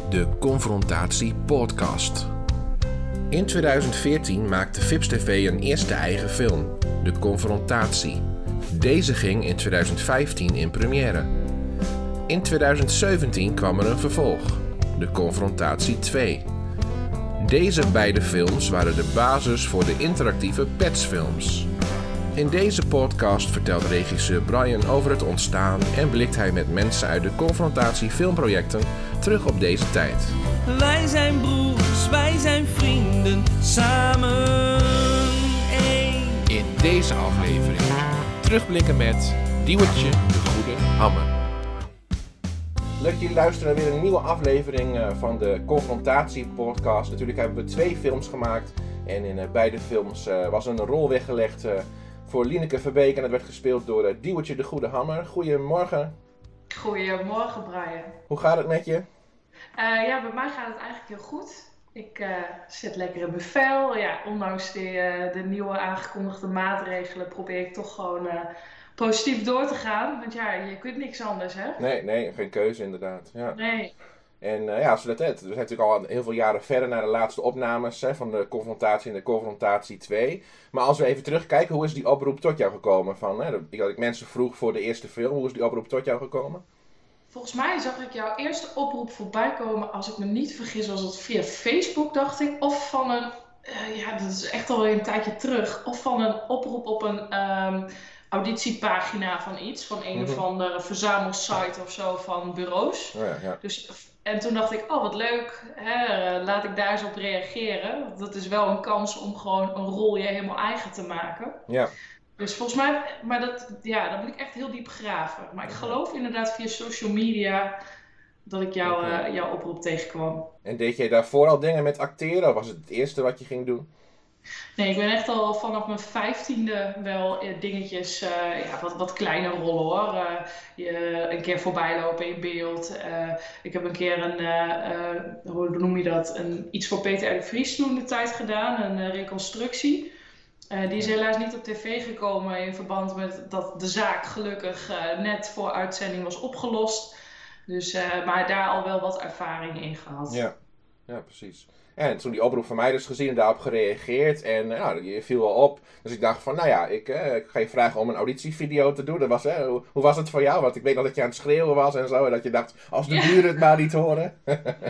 de Confrontatie Podcast. In 2014 maakte Vips TV een eerste eigen film, de Confrontatie. Deze ging in 2015 in première. In 2017 kwam er een vervolg, de Confrontatie 2. Deze beide films waren de basis voor de interactieve Petsfilms. In deze podcast vertelt regisseur Brian over het ontstaan en blikt hij met mensen uit de Confrontatie filmprojecten terug op deze tijd. Wij zijn broers, wij zijn vrienden, samen één. In deze aflevering terugblikken met Diewertje de Goede Hammer. Leuk dat jullie luisteren naar weer een nieuwe aflevering van de Confrontatie Podcast. Natuurlijk hebben we 2 films gemaakt en in beide films was een rol weggelegd voor Lieneke Verbeek en het werd gespeeld door Diewertje de Goede Hammer. Goedemorgen. Goedemorgen Brian. Hoe gaat het met je? Ja, bij mij gaat het eigenlijk heel goed. Ik zit lekker in mijn vel. Ja, ondanks de nieuwe aangekondigde maatregelen probeer ik toch gewoon positief door te gaan. Want ja, je kunt niks anders, hè? Nee, geen keuze inderdaad. Ja. Nee. En ja, we zijn natuurlijk al heel veel jaren verder naar de laatste opnames van de Confrontatie en de Confrontatie 2. Maar als we even terugkijken, hoe is die oproep tot jou gekomen? Dat ik mensen vroeg voor de eerste film, hoe is die oproep tot jou gekomen? Volgens mij zag ik jouw eerste oproep voorbij komen, als ik me niet vergis, was het via Facebook, dacht ik. Of van een, ja, dat is echt alweer een tijdje terug. Of van een oproep op een auditiepagina van iets, van een of andere verzamelsite of zo van bureaus. Oh ja. Dus, en toen dacht ik, oh wat leuk, hè, laat ik daar eens op reageren. Want dat is wel een kans om gewoon een rol je helemaal eigen te maken. Ja. Dus volgens mij, maar dat moet ik echt heel diep graven. Maar ik geloof inderdaad via social media dat ik jouw oproep tegenkwam. En deed jij daarvoor al dingen met acteren of was het eerste wat je ging doen? Nee, ik ben echt al vanaf mijn 15e wel dingetjes, wat kleine rollen hoor. Een keer voorbij lopen in beeld. Ik heb een keer hoe noem je dat? Iets voor Peter R. de Vries toen de tijd gedaan, een reconstructie. Die is helaas niet op tv gekomen in verband met dat de zaak gelukkig net voor uitzending was opgelost. Dus, maar daar al wel wat ervaring in gehad. Ja, precies. En toen die oproep van mij dus gezien en daarop gereageerd en je viel wel op. Dus ik dacht van, ik ga je vragen om een auditievideo te doen. Dat was, hoe was het voor jou? Want ik weet nog dat je aan het schreeuwen was en zo. En dat je dacht, als de buren het maar niet horen.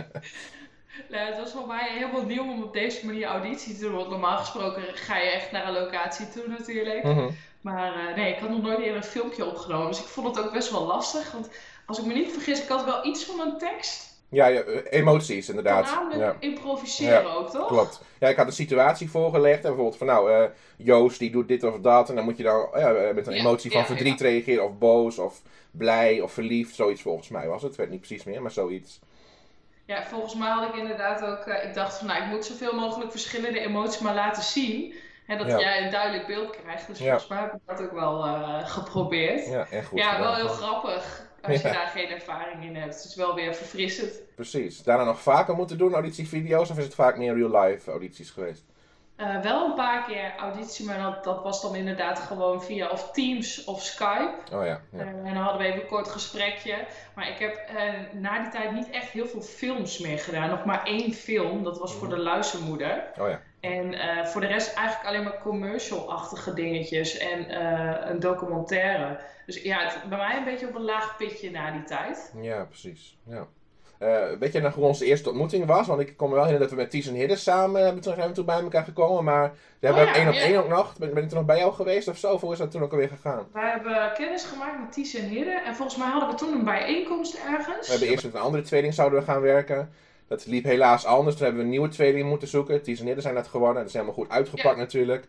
Nou, het was voor mij helemaal nieuw om op deze manier auditie te doen. Want normaal gesproken ga je echt naar een locatie toe natuurlijk. Mm-hmm. Maar nee, ik had nog nooit eerder een filmpje opgenomen. Dus ik vond het ook best wel lastig. Want als ik me niet vergis, ik had wel iets van een tekst. Ja, emoties inderdaad. Voornamelijk improviseren ook, toch? Klopt. Ja, ik had een situatie voorgelegd. En bijvoorbeeld van Joost die doet dit of dat. En dan moet je dan met een emotie van verdriet reageren. Of boos, of blij, of verliefd. Zoiets volgens mij was het. Het werd niet precies meer, maar zoiets. Ja, volgens mij had ik inderdaad ook, ik dacht van ik moet zoveel mogelijk verschillende emoties maar laten zien. En dat jij een duidelijk beeld krijgt. Dus volgens mij heb ik dat ook wel geprobeerd. Ja, en goed. Ja, wel heel grappig als je daar geen ervaring in hebt. Het is wel weer verfrissend. Precies. Daarna nog vaker moeten doen, auditievideo's? Of is het vaak meer real-life audities geweest? Wel een paar keer auditie, maar dat was dan inderdaad gewoon via of Teams of Skype. Oh ja. En dan hadden we even een kort gesprekje. Maar ik heb na die tijd niet echt heel veel films meer gedaan. Nog maar 1 film, dat was voor de luistermoeder. Oh ja. En voor de rest eigenlijk alleen maar commercial-achtige dingetjes en een documentaire. Dus ja, bij mij een beetje op een laag pitje na die tijd. Ja, precies. Ja. Weet je nog hoe onze eerste ontmoeting was? Want ik kom me wel herinneren dat we met Ties en Hidde samen zijn we toen bij elkaar gekomen. Maar we hebben ook 1-op-1 ook nog. Ben ik toen nog bij jou geweest of zo? Of hoe is dat toen ook alweer gegaan? Wij hebben kennis gemaakt met Ties en Hidde. En volgens mij hadden we toen een bijeenkomst ergens. We hebben eerst met een andere tweeling zouden we gaan werken. Dat liep helaas anders. Toen hebben we een nieuwe tweeling moeten zoeken. Ties en Hidde zijn dat geworden. Dat is helemaal goed uitgepakt natuurlijk.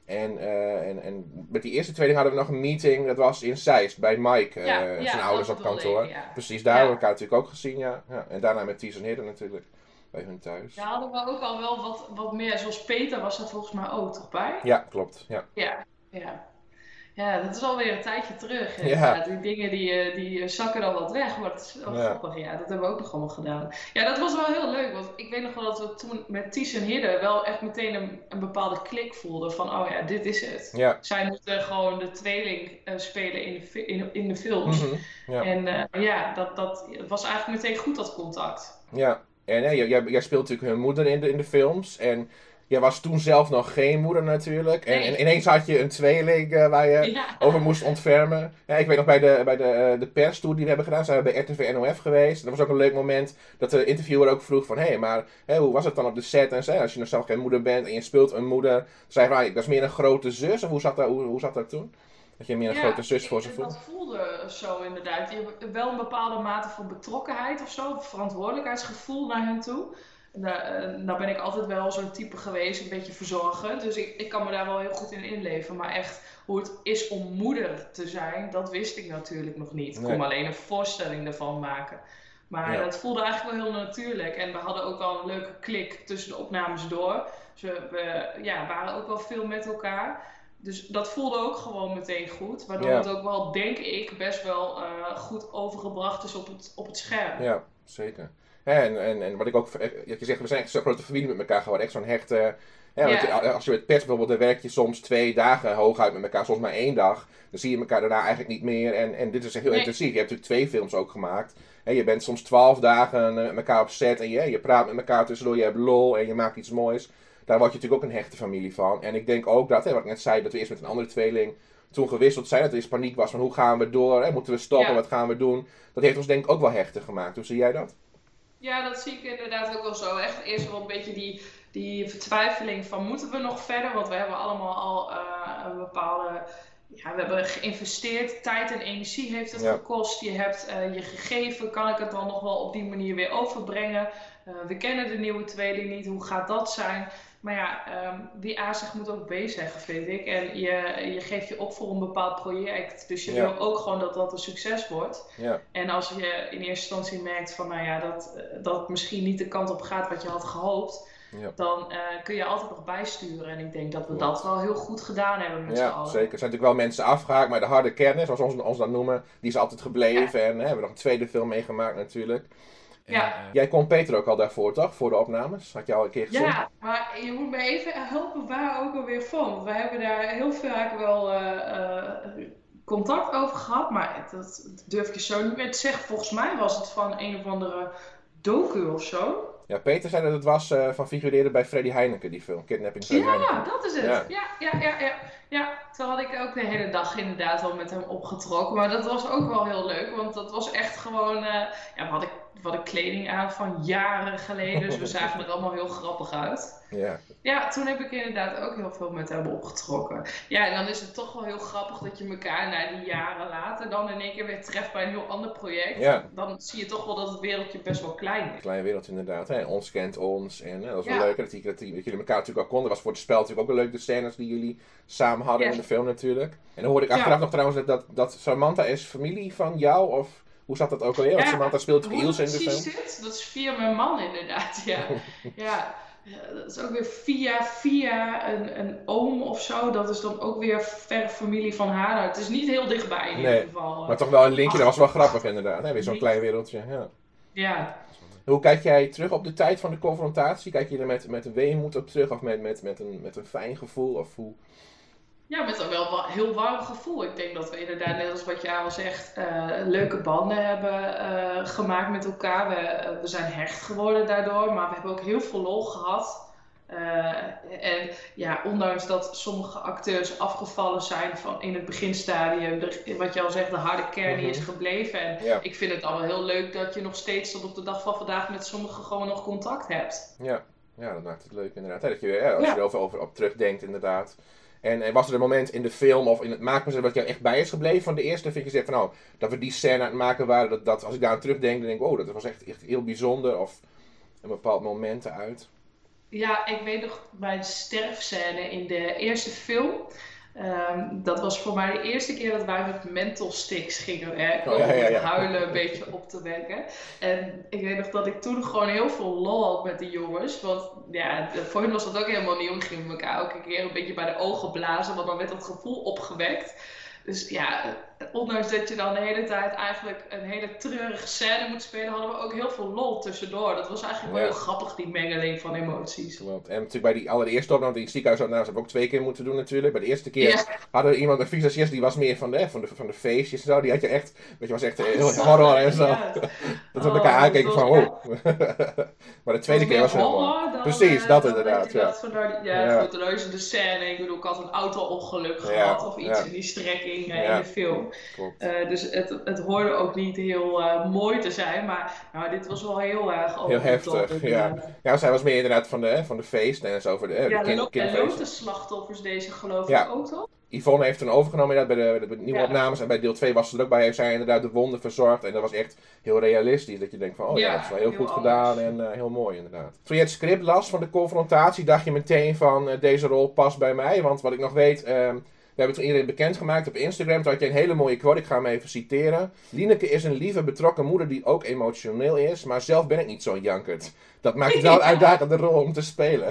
En met die eerste tweeling hadden we nog een meeting. Dat was in Zeist bij Mike, zijn ouders op kantoor. Precies, daar hebben we elkaar natuurlijk ook gezien. Ja. En daarna met Ties en Hidde natuurlijk. Bij hun thuis. Daar hadden we ook al wel wat meer. Zoals Peter was er volgens mij ook toch bij? Ja, klopt. Ja, dat is alweer een tijdje terug. Die dingen die zakken dan wat weg, maar het is wel grappig. Ja, dat hebben we ook nog allemaal gedaan. Ja, dat was wel heel leuk, want ik weet nog wel dat we toen met Ties en Hidde wel echt meteen een bepaalde klik voelden van, dit is het. Ja. Zij moeten gewoon de tweeling spelen in de films. Mm-hmm. Ja. En dat was eigenlijk meteen goed, dat contact. Ja. En jij speelt natuurlijk hun moeder in de films. En jij was toen zelf nog geen moeder natuurlijk. En ineens had je een tweeling waar je over moest ontfermen. Ja, ik weet nog bij de perstour die we hebben gedaan, zijn we bij RTV NOF geweest. En dat was ook een leuk moment dat de interviewer ook vroeg van... maar hoe was het dan op de set? En zei, als je nog zelf geen moeder bent en je speelt een moeder... zei van, dat is meer een grote zus? Of hoe zat dat toen? Dat je meer een grote zus voor ze voelde? Dat voelde zo inderdaad. Je hebt wel een bepaalde mate van betrokkenheid of zo. Verantwoordelijkheidsgevoel naar hen toe. Nou ben ik altijd wel zo'n type geweest, een beetje verzorgend. Dus ik kan me daar wel heel goed in inleven. Maar echt hoe het is om moeder te zijn, dat wist ik natuurlijk nog niet. Ik kon me alleen een voorstelling ervan maken. Maar dat voelde eigenlijk wel heel natuurlijk. En we hadden ook wel een leuke klik tussen de opnames door. Dus we waren ook wel veel met elkaar. Dus dat voelde ook gewoon meteen goed. Waardoor het ook wel, denk ik, best wel goed overgebracht is op het scherm. Ja, zeker. En wat ik ook, je zegt, we zijn echt zo'n grote familie met elkaar geworden. Echt zo'n hechte... Als je met pers bijvoorbeeld, dan werk je soms 2 dagen hooguit met elkaar, soms maar 1 dag. Dan zie je elkaar daarna eigenlijk niet meer. En dit is echt heel intensief. Je hebt natuurlijk 2 films ook gemaakt. Je bent soms 12 dagen met elkaar op set en je praat met elkaar tussendoor. Je hebt lol en je maakt iets moois. Daar word je natuurlijk ook een hechte familie van. En ik denk ook dat, wat ik net zei, dat we eerst met een andere tweeling toen gewisseld zijn. Dat er eens paniek was van hoe gaan we door, moeten we stoppen, wat gaan we doen. Dat heeft ons denk ik ook wel hechter gemaakt. Hoe zie jij dat? Ja, dat zie ik inderdaad ook wel zo. Echt eerst wel een beetje die vertwijfeling van moeten we nog verder? Want we hebben allemaal al een bepaalde... Ja, we hebben geïnvesteerd, tijd en energie heeft het gekost. Je hebt je gegeven, kan ik het dan nog wel op die manier weer overbrengen? We kennen de nieuwe tweeling niet, hoe gaat dat zijn? Maar ja, die A zich moet ook B zeggen, vind ik. En je geeft je op voor een bepaald project. Dus je wil ook gewoon dat dat een succes wordt. Ja. En als je in eerste instantie merkt van, dat het misschien niet de kant op gaat wat je had gehoopt... Ja. Dan kun je altijd nog bijsturen. En ik denk dat we dat wel heel goed gedaan hebben met z'n allen. Zeker. Er zijn natuurlijk wel mensen afgehaakt, maar de harde kern, zoals we ons dat noemen, die is altijd gebleven. En hebben we nog een tweede film meegemaakt natuurlijk. Jij kon Peter ook al daarvoor, toch? Voor de opnames? Had je al een keer gezien? Ja, maar je moet me even helpen waar ook alweer van. We hebben daar heel vaak wel contact over gehad, maar dat durf je zo niet meer te zeggen. Volgens mij was het van een of andere docu of zo. Ja, Peter zei dat het was van figureerde bij Freddy Heineken, die film. Kidnapping Freddy Heineken. Ja, dat is het. Ja. Toen had ik ook de hele dag inderdaad al met hem opgetrokken. Maar dat was ook wel heel leuk, want dat was echt gewoon... we hadden kleding aan van jaren geleden, dus we zagen er allemaal heel grappig uit. Ja, toen heb ik inderdaad ook heel veel met hem opgetrokken. Ja, en dan is het toch wel heel grappig dat je elkaar na die jaren later dan in één keer weer treft bij een heel ander project. Ja. Dan zie je toch wel dat het wereldje best wel klein is. Klein wereldje inderdaad. Ons kent ons. En dat was wel leuk dat jullie elkaar natuurlijk al konden. Dat was voor het spel natuurlijk ook een leuk, de scènes die jullie samen hadden in de film natuurlijk. En dan hoorde ik achteraf nog trouwens dat Samantha is familie van jou of... Hoe zat dat ook alweer? Want Samantha speelt Ilse in de film. Dat is via mijn man inderdaad, ja. Dat is ook weer via een oom of zo. Dat is dan ook weer verre familie van haar. Nou, het is niet heel dichtbij in ieder geval. Maar toch wel een linkje, dat was wel grappig inderdaad. Weer zo'n klein wereldje. Ja. Hoe kijk jij terug op de tijd van de confrontatie? Kijk je er met weemoed op terug of met een fijn gevoel? Of hoe... Ja, met een wel heel warm gevoel. Ik denk dat we inderdaad, net als wat jij al zegt, leuke banden hebben gemaakt met elkaar. We zijn hecht geworden daardoor, maar we hebben ook heel veel lol gehad. En ja, ondanks dat sommige acteurs afgevallen zijn van in het beginstadium, wat je al zegt, de harde kern die is gebleven. En ik vind het al wel heel leuk dat je nog steeds tot op de dag van vandaag met sommigen gewoon nog contact hebt. Ja, dat maakt het leuk inderdaad. Dat je, als je er over op terugdenkt inderdaad. En was er een moment in de film of in het maakproces wat jou echt bij is gebleven van de eerste? Vind je zegt van dat we die scène aan het maken waren, dat als ik daar aan terugdenk, dan denk ik, dat was echt heel bijzonder of een bepaald moment uit. Ja, ik weet nog bij de sterfscène in de eerste film. Dat was voor mij de eerste keer dat wij met mental sticks gingen werken. Om het huilen een beetje op te wekken. En ik weet nog dat ik toen gewoon heel veel lol had met de jongens. Want voor hen was dat ook helemaal nieuw. We gingen elkaar elke keer een beetje bij de ogen blazen. Want dan werd dat gevoel opgewekt. Dus ja, ondanks dat je dan de hele tijd eigenlijk een hele treurige scène moet spelen, hadden we ook heel veel lol tussendoor. Dat was eigenlijk wel heel grappig, die mengeling van emoties. Klopt. En natuurlijk bij die allereerste opname, die ziekenhuisopnames hebben we ook 2 keer moeten doen natuurlijk. Bij de eerste keer hadden we iemand, een visagist, die was meer van de feestjes en zo. Die had je echt, weet je, was echt heel horror en zo. Dat we elkaar aankeken van, wow. Maar de tweede keer was het helemaal... Precies, dat inderdaad. Goed, dan is de scène. Ik bedoel, ik had een auto-ongeluk gehad of iets in die strekking in de film. Dus het hoorde ook niet heel mooi te zijn, maar nou, dit was wel heel erg over. Heel heftig, ja, zij was meer inderdaad van de feesten en zo. Voor de kinderfeesten. De slachtoffers deze geloof ik ook toch? Yvonne heeft toen overgenomen inderdaad bij de nieuwe opnames en bij deel 2 was ze er ook bij. Heeft zij inderdaad de wonden verzorgd en dat was echt heel realistisch. Dat je denkt van, dat is wel heel goed gedaan en heel mooi inderdaad. Toen je het script las van de confrontatie, dacht je meteen van deze rol past bij mij. Want wat ik nog weet, we hebben toen iedereen bekendgemaakt op Instagram. Toen had je een hele mooie quote, ik ga hem even citeren. Lieneke is een lieve, betrokken moeder die ook emotioneel is, maar zelf ben ik niet zo'n jankert. Dat maakt het wel een uitdagende rol om te spelen.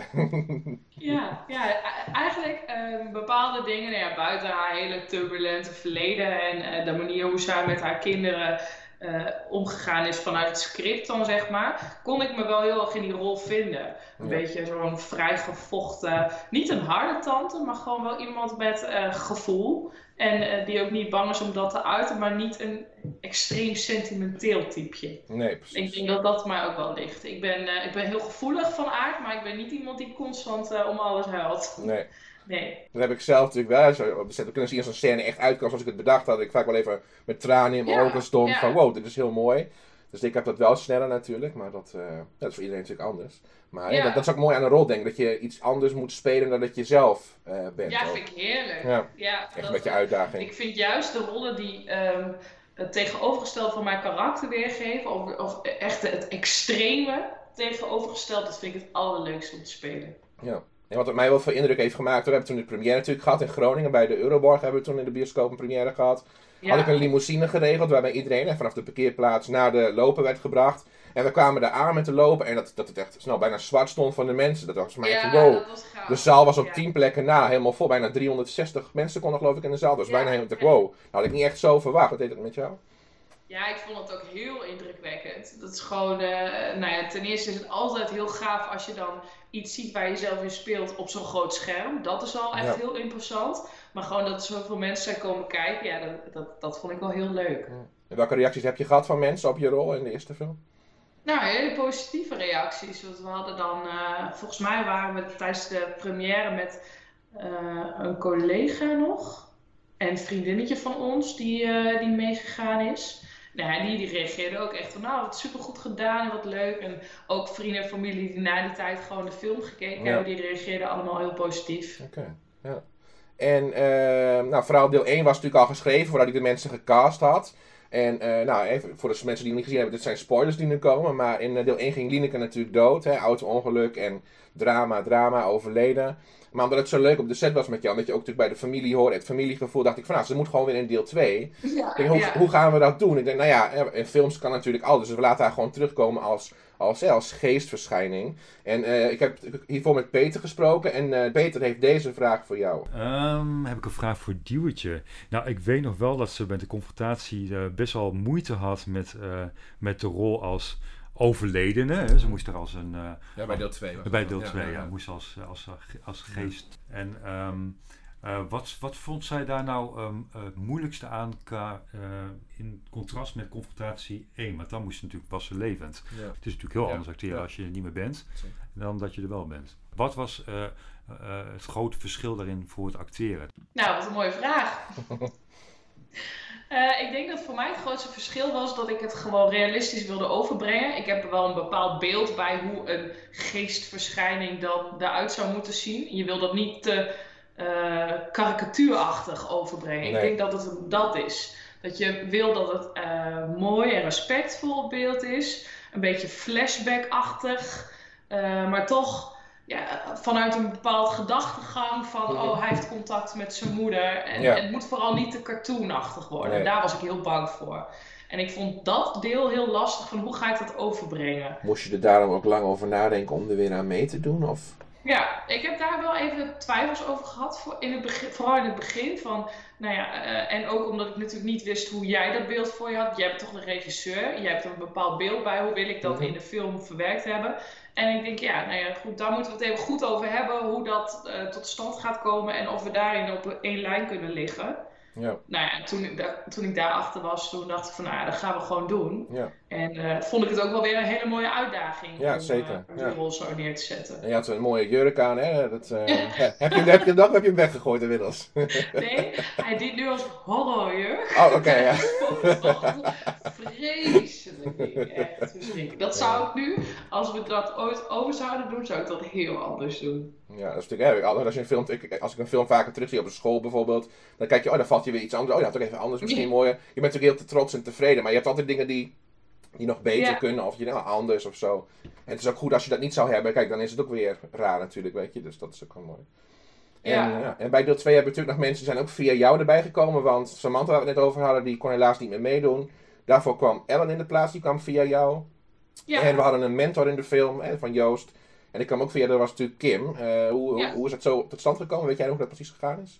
Ja, eigenlijk bepaalde dingen, buiten haar hele turbulente verleden en de manier hoe zij met haar kinderen omgegaan is vanuit het script dan zeg maar, kon ik me wel heel erg in die rol vinden. Een beetje zo'n vrijgevochten, niet een harde tante, maar gewoon wel iemand met gevoel. En die ook niet bang is om dat te uiten, maar niet een extreem sentimenteel typeje. Nee, precies. Ik denk dat dat mij ook wel ligt. Ik ben heel gevoelig van aard, maar ik ben niet iemand die constant om alles huilt. Nee. Dat heb ik zelf natuurlijk wel. We kunnen zien als een scène echt uitkwam zoals ik het bedacht had. Ik vaak wel even met tranen in mijn ogen stond van wow, dit is heel mooi. Dus ik heb dat wel sneller natuurlijk, maar dat is voor iedereen natuurlijk anders. Maar dat is ook mooi aan een rol, denk ik, dat je iets anders moet spelen dan dat je zelf bent. Ja, vind ik heerlijk. Echt een beetje uitdaging. Ik vind juist de rollen die het tegenovergestelde van mijn karakter weergeven, of echt het extreme tegenovergesteld, dat vind ik het allerleukste om te spelen. Ja. En wat mij wel veel indruk heeft gemaakt, we hebben toen de première natuurlijk gehad in Groningen, bij de Euroborg hebben we toen in de bioscoop een première gehad. Had ik een limousine geregeld waarbij iedereen vanaf de parkeerplaats naar de lopen werd gebracht. En we kwamen daar aan met de lopen en dat het echt snel bijna zwart stond van de mensen. Dat was voor mij echt wow. De zaal was op 10 plekken na helemaal vol. Bijna 360 mensen konden geloof ik in de zaal. Dus bijna helemaal wow. Dat had ik niet echt zo verwacht. Wat deed het met jou? Ja, ik vond het ook heel indrukwekkend. Dat is gewoon, ten eerste is het altijd heel gaaf als je dan iets ziet waar je zelf in speelt op zo'n groot scherm. Dat is al echt heel interessant. Maar gewoon dat er zoveel mensen zijn komen kijken, dat vond ik wel heel leuk. En welke reacties heb je gehad van mensen op je rol in de eerste film? Nou, hele positieve reacties. Want we hadden dan, volgens mij waren we tijdens de première met een collega nog. En een vriendinnetje van ons die meegegaan is. Nou, die reageerden ook echt van, wat supergoed gedaan en wat leuk. En ook vrienden en familie die na die tijd gewoon de film gekeken hebben, die reageerden allemaal heel positief. Oké. En vooral deel 1 was natuurlijk al geschreven voordat ik de mensen gecast had. En even voor de mensen die het niet gezien hebben, dit zijn spoilers die nu komen. Maar in deel 1 ging Lieneke natuurlijk dood. Auto-ongeluk en drama, overleden. Maar omdat het zo leuk op de set was met jou, omdat je ook natuurlijk bij de familie hoort, het familiegevoel, dacht ik van ze moet gewoon weer in deel 2. Hoe gaan we dat doen? Ik denk, in films kan natuurlijk alles. Dus we laten haar gewoon terugkomen als geestverschijning. En ik heb hiervoor met Peter gesproken. En Peter heeft deze vraag voor jou. Heb ik een vraag voor Diewertje. Nou, ik weet nog wel dat ze met de confrontatie best wel moeite had met de rol als overledene. Hè. Ze moest er als een... bij deel 2. Bij deel 2, moest als geest. En wat vond zij daar nou het moeilijkste aan in contrast met confrontatie 1? Want dan moest ze natuurlijk was ze levend. Ja. Het is natuurlijk heel anders acteren als je er niet meer bent dan dat je er wel bent. Wat was het grote verschil daarin voor het acteren? Nou, wat een mooie vraag. Ik denk dat voor mij het grootste verschil was dat ik het gewoon realistisch wilde overbrengen. Ik heb er wel een bepaald beeld bij hoe een geestverschijning dan eruit zou moeten zien. Je wil dat niet te karikatuurachtig overbrengen. Nee. Ik denk dat het dat is. Dat je wil dat het mooi en respectvol beeld is. Een beetje flashback-achtig. Maar toch vanuit een bepaald gedachtegang van hij heeft contact met zijn moeder. En het moet vooral niet te cartoonachtig worden. Nee. En daar was ik heel bang voor. En ik vond dat deel heel lastig van hoe ga ik dat overbrengen. Moest je er daarom ook lang over nadenken om er weer aan mee te doen? Of? Ja, ik heb daar wel even twijfels over gehad, vooral in het begin. Nou ja, en ook omdat ik natuurlijk niet wist hoe jij dat beeld voor je had. Jij bent toch de regisseur, jij hebt er een bepaald beeld bij. Hoe wil ik dat in de film verwerkt hebben? En ik denk, nou ja, goed, daar moeten we het even goed over hebben. Hoe dat tot stand gaat komen en of we daarin op één lijn kunnen liggen. Ja. Nou ja, toen ik daarachter was, toen dacht ik van, nou ja, dat gaan we gewoon doen. Ja. En vond ik het ook wel weer een hele mooie uitdaging om die rol zo neer te zetten. En je had een mooie jurk aan, hè? Dat, heb je hem weggegooid inmiddels? Nee, hij deed nu als horrorjurk. Oh, oké, ja. Vreselijk ding, echt verschrikkelijk. Dat zou ik nu, als we dat ooit over zouden doen, zou ik dat heel anders doen. Ja, dat is natuurlijk erg. Als ik een film vaker terugzie op een school bijvoorbeeld, dan kijk je, dan valt je weer iets anders. Oh, dat had ook even anders, misschien mooier. Je bent natuurlijk heel trots en tevreden, maar je hebt altijd dingen die nog beter kunnen, of anders of zo. En het is ook goed als je dat niet zou hebben. Kijk, dan is het ook weer raar natuurlijk, weet je. Dus dat is ook wel mooi. En bij deel 2 hebben we natuurlijk nog mensen die zijn ook via jou erbij gekomen, want Samantha, waar we het net over hadden, die kon helaas niet meer meedoen. Daarvoor kwam Ellen in de plaats, die kwam via jou. Ja. En we hadden een mentor in de film, van Joost. En ik kwam ook via, dat was natuurlijk Kim. Hoe is het zo tot stand gekomen? Weet jij nog hoe dat precies gegaan is?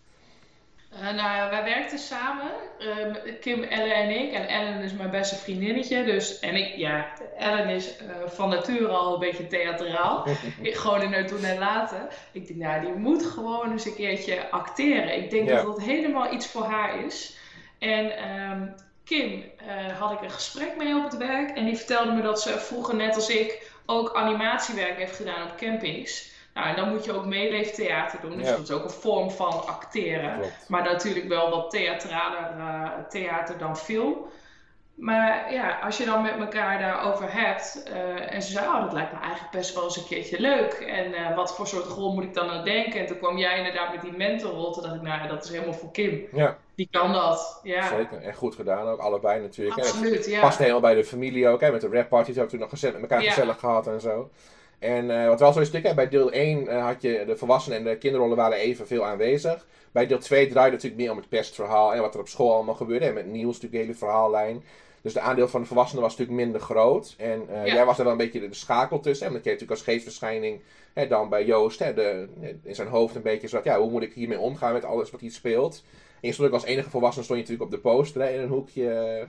Nou, wij werkten samen, Kim, Ellen en ik. En Ellen is mijn beste vriendinnetje. Dus, Ellen is van nature al een beetje theatraal. Gewoon in het doen en laten. Ik denk, nou, die moet gewoon eens een keertje acteren. Ik denk dat dat helemaal iets voor haar is. En Kim had ik een gesprek mee op het werk. En die vertelde me dat ze vroeger, net als ik, ook animatiewerk heeft gedaan op campings. Nou, en dan moet je ook meeleeftheater doen. Dus dat is ook een vorm van acteren. Klopt. Maar natuurlijk wel wat theatraler theater dan film. Maar ja, als je dan met elkaar daarover hebt. En ze zei, dat lijkt me eigenlijk best wel eens een keertje leuk. En wat voor soort rol moet ik dan aan denken? En toen kwam jij inderdaad met die mentorrol. Toen dacht ik, nou, dat is helemaal voor Kim. Ja. Die kan dat. Ja. Zeker. En goed gedaan ook. Allebei natuurlijk. Absoluut, ja. Past helemaal bij de familie ook. Hè? Met de rapparties ook toen nog met elkaar gezellig gehad en zo. En wat wel zo is, bij deel 1 had je de volwassenen en de kinderrollen waren evenveel aanwezig. Bij deel 2 draaide het natuurlijk meer om het pestverhaal en wat er op school allemaal gebeurde. En met Niels natuurlijk de hele verhaallijn. Dus de aandeel van de volwassenen was natuurlijk minder groot. En jij was er dan een beetje de schakel tussen. Omdat je natuurlijk als geestverschijning dan bij Joost in zijn hoofd een beetje zo, hoe moet ik hiermee omgaan met alles wat hier speelt. En je stond ook als enige volwassene stond je natuurlijk op de poster in een hoekje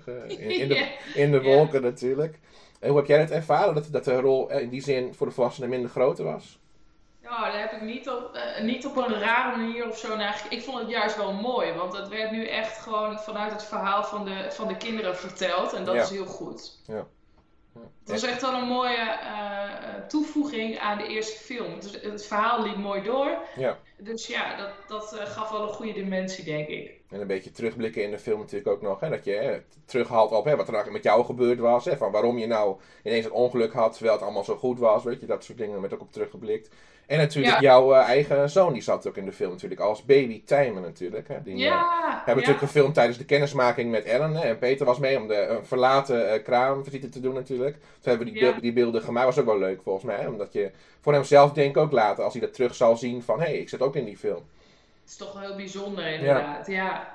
in de wolken natuurlijk. En hoe heb jij dat ervaren? Dat de rol in die zin voor de volwassenen minder groter was? Ja, daar heb ik niet op een rare manier of zo naar. Ik vond het juist wel mooi, want het werd nu echt gewoon vanuit het verhaal van de kinderen verteld. En dat is heel goed. Ja. Het was echt wel een mooie toevoeging aan de eerste film. Dus het verhaal liep mooi door. Ja. Dus ja, dat gaf wel een goede dimensie, denk ik. En een beetje terugblikken in de film natuurlijk ook nog. Hè, dat je terughaalt op wat er met jou gebeurd was. Hè, van waarom je nou ineens een ongeluk had terwijl het allemaal zo goed was. Weet je, dat soort dingen met ook op teruggeblikt. En natuurlijk jouw eigen zoon, die zat ook in de film natuurlijk. Als baby Tijmen natuurlijk. Hè. Die hebben natuurlijk gefilmd tijdens de kennismaking met Ellen. Hè, en Peter was mee om de verlaten kraamvisite te doen natuurlijk. Toen hebben we die beelden gemaakt. Was ook wel leuk volgens mij. Hè, omdat je voor hemzelf denk ook later, als hij dat terug zal zien van hé, ik zit ook in die film. Het is toch wel heel bijzonder inderdaad, ja.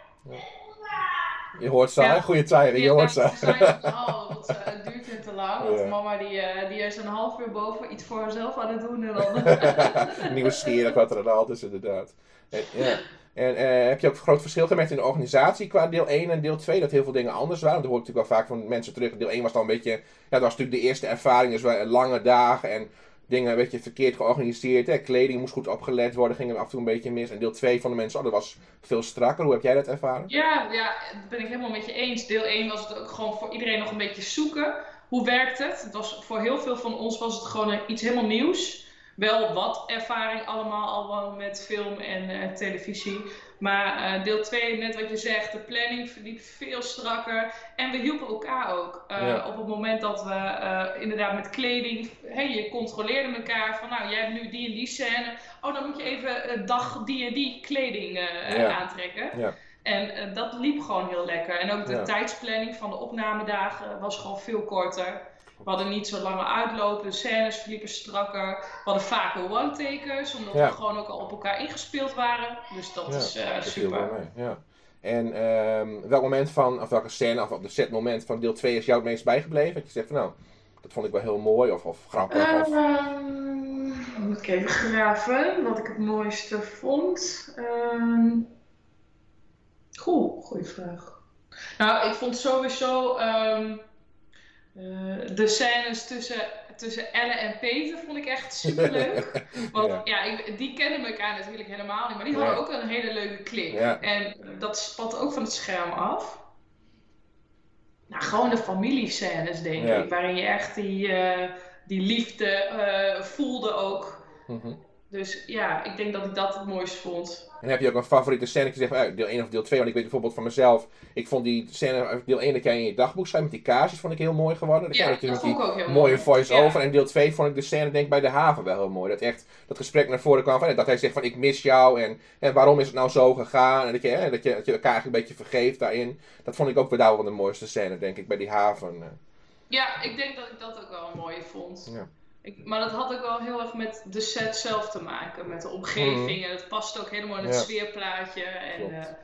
Je hoort ze, hè? Goeie tijden, je hoort ze. Het duurt niet te lang, want mama die is een half uur boven iets voor haarzelf aan het doen. En dan... Nieuwsgierig wat er aan de hand is inderdaad. En heb je ook een groot verschil gemerkt in de organisatie qua deel 1 en deel 2? Dat heel veel dingen anders waren. Dat hoor ik natuurlijk wel vaak van mensen terug. Deel 1 was dan een beetje, dat was natuurlijk de eerste ervaring. Dus lange dagen en dingen een beetje verkeerd georganiseerd. Hè. Kleding moest goed opgelet worden, ging er af en toe een beetje mis. En deel 2 van de mensen, dat was veel strakker. hoe heb jij dat ervaren? Ja, dat ben ik helemaal met je eens. Deel 1 was het ook gewoon voor iedereen nog een beetje zoeken. Hoe werkt het? Het was, voor heel veel van ons was het gewoon iets helemaal nieuws. Wel wat ervaring allemaal met film en televisie. Maar deel 2, net wat je zegt, de planning verliep veel strakker. En we hielpen elkaar ook. Op het moment dat we inderdaad met kleding, je controleerde elkaar van nou, jij hebt nu die en die scène. Oh, dan moet je even dag die en die kleding aantrekken. Ja. En dat liep gewoon heel lekker. En ook de tijdsplanning van de opnamedagen was gewoon veel korter. We hadden niet zo lange uitlopen, de scènes verliepen strakker. We hadden vaker one-takers, omdat we gewoon ook al op elkaar ingespeeld waren. Dus dat is super. Ja. En welk moment of welke scène of op de set moment van deel 2 is jou het meest bijgebleven? Dat je zegt van nou, dat vond ik wel heel mooi of grappig? Dan moet ik even graven wat ik het mooiste vond. Goeie vraag. Nou, ik vond sowieso de scènes tussen Elle en Peter vond ik echt superleuk. Want die kennen elkaar natuurlijk helemaal niet, maar die hadden ook een hele leuke klik. Ja. En dat spat ook van het scherm af. Nou, gewoon de familiescènes, denk ik, waarin je echt die liefde voelde ook. Mm-hmm. Dus ja, ik denk dat ik dat het mooist vond. En heb je ook een favoriete scène gezegd van deel 1 of deel 2? Want ik weet bijvoorbeeld van mezelf, ik vond die scène uit deel 1, dat jij in je dagboek schrijft met die kaarsjes, vond ik heel mooi geworden. Dat vond ik ook heel mooie voice-over. En deel 2 vond ik de scène denk ik bij de haven wel heel mooi. Dat echt dat gesprek naar voren kwam van, dat hij zegt van ik mis jou en waarom is het nou zo gegaan. En dat je elkaar eigenlijk een beetje vergeeft daarin. Dat vond ik ook wel de mooiste scène, denk ik, bij die haven. Ja, ik denk dat ik dat ook wel een mooie vond. Ja. Maar dat had ook wel heel erg met de set zelf te maken, met de omgeving. En het past ook helemaal in het sfeerplaatje. En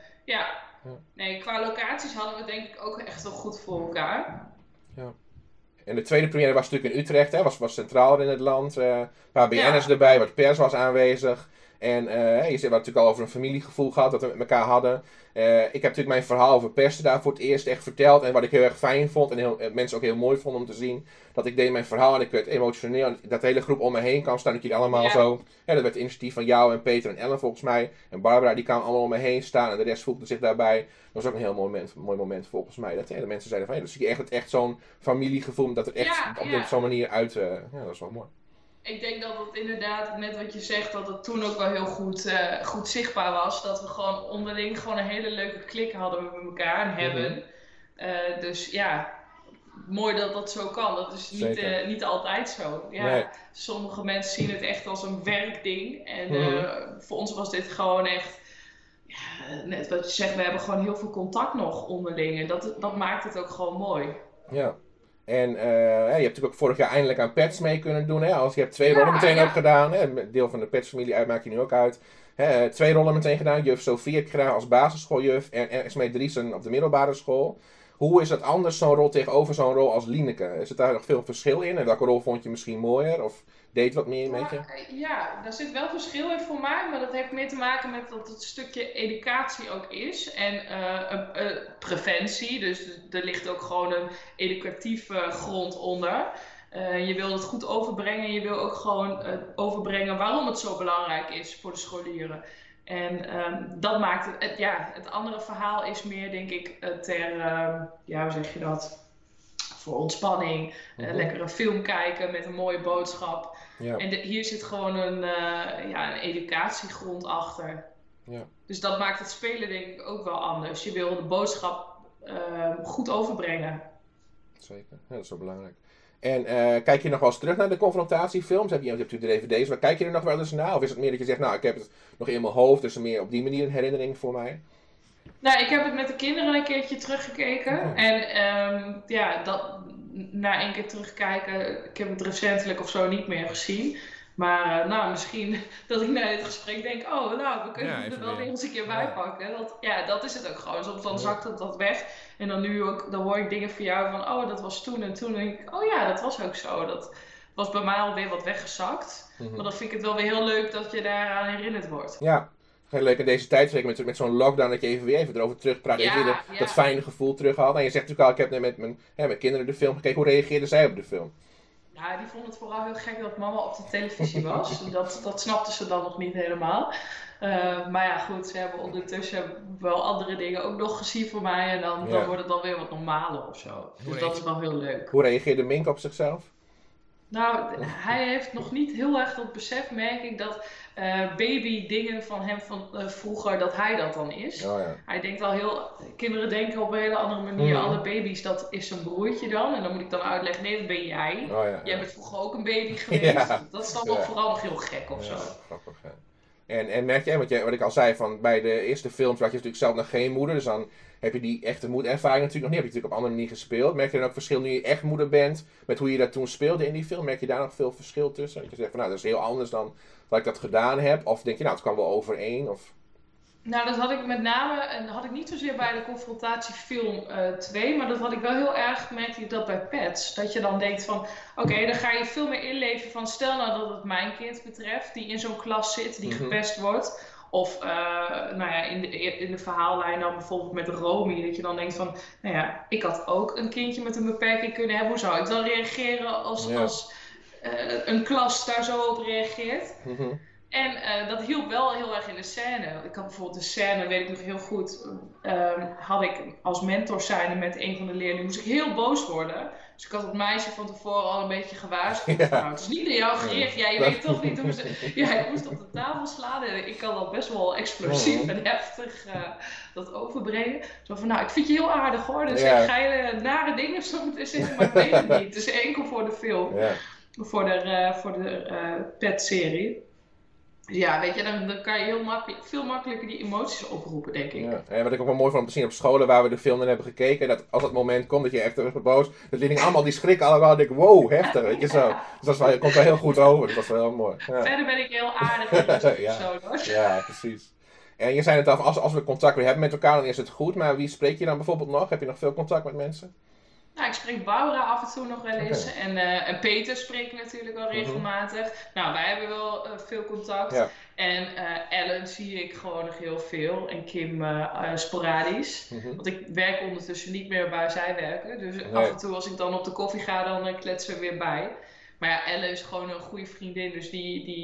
nee, qua locaties hadden we denk ik ook echt wel goed voor elkaar. Ja. En de tweede première was natuurlijk in Utrecht, hè? Was centraal in het land. Een paar BN'ers erbij, wat pers was aanwezig. En je hebt natuurlijk al over een familiegevoel gehad dat we met elkaar hadden. Ik heb natuurlijk mijn verhaal over persen daar voor het eerst echt verteld. En wat ik heel erg fijn vond en mensen ook heel mooi vonden om te zien. Dat ik deed mijn verhaal en ik werd emotioneel. En dat de hele groep om me heen kwam staan. Dat jullie allemaal zo. Ja, dat werd het initiatief van jou en Peter en Ellen volgens mij. En Barbara die kwamen allemaal om me heen staan. En de rest voegde zich daarbij. Dat was ook een heel mooi moment volgens mij. Dat de mensen zeiden van dan zie je echt zo'n familiegevoel. Dat het echt op zo'n manier uit. Dat is wel mooi. Ik denk dat het inderdaad, net wat je zegt, dat het toen ook wel heel goed zichtbaar was. Dat we gewoon onderling gewoon een hele leuke klik hadden met elkaar en hebben. Dus ja, mooi dat dat zo kan. Dat is niet altijd zo. Ja, nee. Sommige mensen zien het echt als een werkding. En voor ons was dit gewoon echt, net wat je zegt, we hebben gewoon heel veel contact nog onderling. En dat maakt het ook gewoon mooi. Ja. En je hebt natuurlijk ook vorig jaar eindelijk aan Pets mee kunnen doen. Hè? Je hebt 2 rollen meteen ook gedaan. Hè? Deel van de Pets-familie uit maak je nu ook uit. 2 rollen meteen gedaan. Juf Sophie heb ik gedaan als basisschooljuf. En Esmee Driesen op de middelbare school. Hoe is dat anders, zo'n rol tegenover zo'n rol als Lieneke? Is er daar nog veel verschil in? En welke rol vond je misschien mooier? Of deed wat meer met je? Ja, daar zit wel verschil in voor mij. Maar dat heeft meer te maken met dat het stukje educatie ook is. En preventie. Dus er ligt ook gewoon een educatieve grond onder. Je wil het goed overbrengen. En je wil ook gewoon overbrengen waarom het zo belangrijk is voor de scholieren. En dat maakt het. Het andere verhaal is meer, denk ik, hoe zeg je dat? Voor ontspanning. Lekker een film kijken met een mooie boodschap. Ja. En hier zit gewoon een educatiegrond achter. Ja. Dus dat maakt het spelen, denk ik, ook wel anders. Je wil de boodschap goed overbrengen. Zeker, ja, dat is wel belangrijk. En kijk je nog wel eens terug naar de confrontatiefilms? Je hebt natuurlijk de dvd's, maar kijk je er nog wel eens naar? Of is het meer dat je zegt, nou, ik heb het nog in mijn hoofd, dus meer op die manier een herinnering voor mij? Nou, ik heb het met de kinderen een keertje teruggekeken. Oh. En na 1 keer terugkijken, ik heb het recentelijk of zo niet meer gezien. Maar misschien dat ik na dit gesprek denk, we kunnen er wel weer eens een keer bij pakken. Dat is het ook gewoon. Soms dan zakt dat weg. En dan nu ook, dan hoor ik dingen van jou van, dat was toen en toen. En denk ik, dat was ook zo. Dat was bij mij alweer wat weggezakt. Mm-hmm. Maar dan vind ik het wel weer heel leuk dat je daaraan herinnerd wordt. Ja. Heel leuk in deze tijd, zeker met zo'n lockdown, dat je even erover terugpraat. Even weer dat fijne gevoel terughaalt. En je zegt natuurlijk al, ik heb net met mijn kinderen de film gekeken. Hoe reageerden zij op de film? Ja, die vonden het vooral heel gek dat mama op de televisie was. dat snapten ze dan nog niet helemaal. Maar ja, goed, ze hebben ondertussen wel andere dingen ook nog gezien voor mij. En dan wordt het dan weer wat normaler of zo. Dus dat is wel heel leuk. Hoe reageerde Mink op zichzelf? Nou, hij heeft nog niet heel erg dat besef, merk ik, dat baby dingen van hem van vroeger, dat hij dat dan is. Oh, ja. Hij denkt al kinderen denken op een hele andere manier, alle baby's, dat is zijn broertje dan. En dan moet ik dan uitleggen, nee, dat ben jij. Oh, ja. Jij bent vroeger ook een baby geweest. Ja. Dat is dan wel vooral nog heel gek of zo. Grappig, ja. En merk jij, wat ik al zei, van bij de eerste films had je natuurlijk zelf nog geen moeder, dus dan heb je die echte moederervaring natuurlijk nog niet. Heb je natuurlijk op een andere manier gespeeld. Merk je dan ook verschil nu je echt moeder bent, met hoe je dat toen speelde in die film? Merk je daar nog veel verschil tussen? Dat je zegt van, dat is heel anders dan dat ik dat gedaan heb? Of denk je, het kwam wel overeen? Of... Nou, dat had ik met name, en dat had ik niet zozeer bij de confrontatiefilm 2, maar dat had ik wel heel erg, merkte ik dat bij Pets. Dat je dan denkt van, oké, dan ga je veel meer inleven van, stel nou dat het mijn kind betreft, die in zo'n klas zit, die gepest wordt. Of in de verhaallijn dan bijvoorbeeld met Romy, dat je dan denkt van, nou ja, ik had ook een kindje met een beperking kunnen hebben. Hoe zou ik dan reageren als een klas daar zo op reageert? En dat hielp wel heel erg in de scène. Ik had bijvoorbeeld de scène, weet ik nog heel goed, had ik als mentor zijnde met een van de leerlingen, moest ik heel boos worden. Dus ik had het meisje van tevoren al een beetje gewaarschuwd. Ja. Nou, het is niet naar jou gericht, je weet toch niet hoe ze... Ja, ik moest op de tafel slaan en ik kan dat best wel explosief en heftig dat overbrengen. Zo van, nou, ik vind je heel aardig hoor, dus ik ga je nare dingen zo moeten zeggen, maar ik weet het niet. Het is enkel voor de film, voor de Pet-serie. Ja, weet je, dan kan je veel makkelijker die emoties oproepen, denk ik. Ja. En wat ik ook wel mooi vond om te zien op scholen waar we de film in hebben gekeken, dat als het moment komt dat je echt terug boos, dat leerlingen allemaal die schrikken allemaal en denken, wow, heftig, weet je zo. Dus dat komt wel heel goed over, dat was wel heel mooi. Ja. Verder ben ik heel aardig in zo'n persoon, hoor. Ja, precies. En je zei het al, als we contact weer hebben met elkaar, dan is het goed, maar wie spreek je dan bijvoorbeeld nog? Heb je nog veel contact met mensen? Nou, ik spreek Barbara af en toe nog wel eens. En Peter spreek ik natuurlijk wel regelmatig. Nou, wij hebben wel veel contact. Ja. En Ellen zie ik gewoon nog heel veel. En Kim sporadisch. Want ik werk ondertussen niet meer waar zij werken. Dus af en toe als ik dan op de koffie ga, dan kletsen we weer bij. Maar ja, Ellen is gewoon een goede vriendin. Dus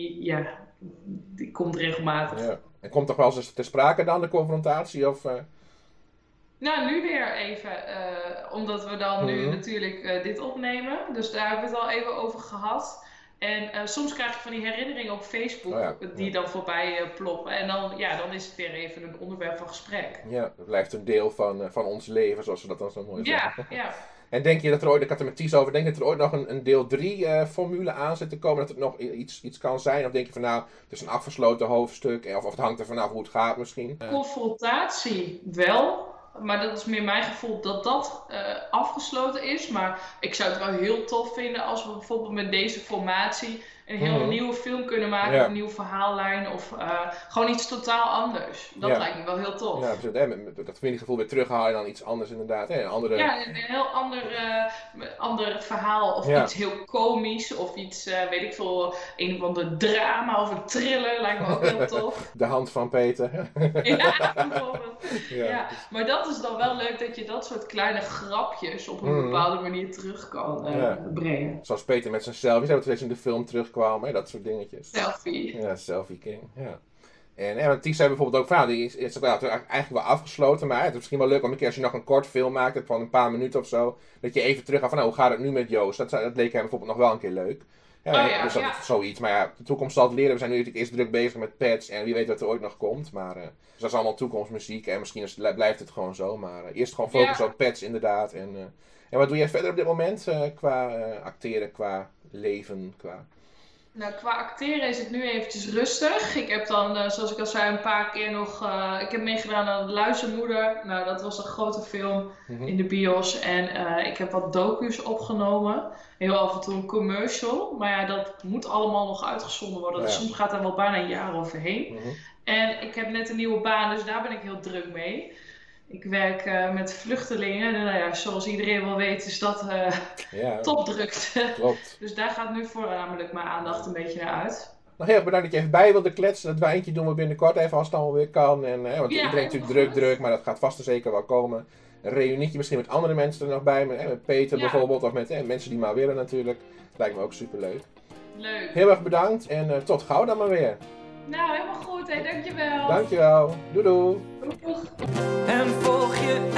die komt regelmatig. Ja. En komt toch wel eens ter sprake dan, de confrontatie? Of... Nou, nu weer even, omdat we dan nu natuurlijk dit opnemen. Dus daar hebben we het al even over gehad. En soms krijg ik van die herinneringen op Facebook die dan voorbij ploppen. En dan is het weer even een onderwerp van gesprek. Ja, dat blijft een deel van ons leven, zoals we dat dan zo mooi zeggen. Ja. En denk je dat er ooit, ik had er met Ties over, denk je dat er ooit nog een deel 3 formule aan zit te komen? Dat het nog iets kan zijn? Of denk je van nou, het is een afgesloten hoofdstuk? Of het hangt er vanaf hoe het gaat misschien? Confrontatie wel. Maar dat is meer mijn gevoel dat afgesloten is. Maar ik zou het wel heel tof vinden als we bijvoorbeeld met deze formatie een heel nieuwe film kunnen maken. Ja. Of een nieuwe verhaallijn. Of gewoon iets totaal anders. Dat lijkt me wel heel tof. Ja, absoluut. Dat familiegevoel weer terughalen en dan iets anders inderdaad. Een heel ander verhaal. Of iets heel komisch. Of iets, weet ik veel, een of ander drama of een thriller. Lijkt me ook heel tof. De hand van Peter. Ja, bijvoorbeeld. Ja. Maar dat is dan wel leuk dat je dat soort kleine grapjes op een bepaalde manier terug kan brengen. Zoals Peter met zijn selfies, dat we in de film terugkwam, dat soort dingetjes. Selfie. Ja, Selfie King, ja. En Ties zei bijvoorbeeld ook van, die is eigenlijk wel afgesloten, maar het is misschien wel leuk om een keer als je nog een kort film maakt, van een paar minuten of zo, dat je even terug gaat van, nou, hoe gaat het nu met Joost? Dat leek hem bijvoorbeeld nog wel een keer leuk. Dus dat is zoiets. Maar ja, de toekomst zal het leren. We zijn nu natuurlijk eerst druk bezig met Pets en wie weet wat er ooit nog komt. Maar dus dat is allemaal toekomstmuziek en misschien blijft het gewoon zo. Maar eerst gewoon focussen op Pets inderdaad. En wat doe jij verder op dit moment qua acteren, qua leven, qua... Nou, qua acteren is het nu eventjes rustig. Ik heb dan, zoals ik al zei, een paar keer nog... ik heb meegedaan aan De Luizenmoeder. Nou, dat was een grote film in de bios. En ik heb wat docu's opgenomen. Heel af en toe een commercial. Maar ja, dat moet allemaal nog uitgezonden worden. Dus soms gaat er wel bijna een jaar overheen. En ik heb net een nieuwe baan, dus daar ben ik heel druk mee. Ik werk met vluchtelingen. En, nou ja, zoals iedereen wel weet is dat topdrukte. Klopt. Dus daar gaat nu voornamelijk mijn aandacht een beetje naar uit. Nou, heel erg bedankt dat je even bij wilde kletsen. Dat wijntje doen we binnenkort even als het allemaal weer kan. Want iedereen is natuurlijk druk, maar dat gaat vast en zeker wel komen. Een reunietje misschien met andere mensen er nog bij. Met Peter bijvoorbeeld, of met mensen die maar willen natuurlijk. Dat lijkt me ook superleuk. Leuk. Heel erg bedankt en tot gauw dan maar weer. Nou, helemaal goed. Dankjewel. Dankjewel. Doei doei. Doeg. En volg je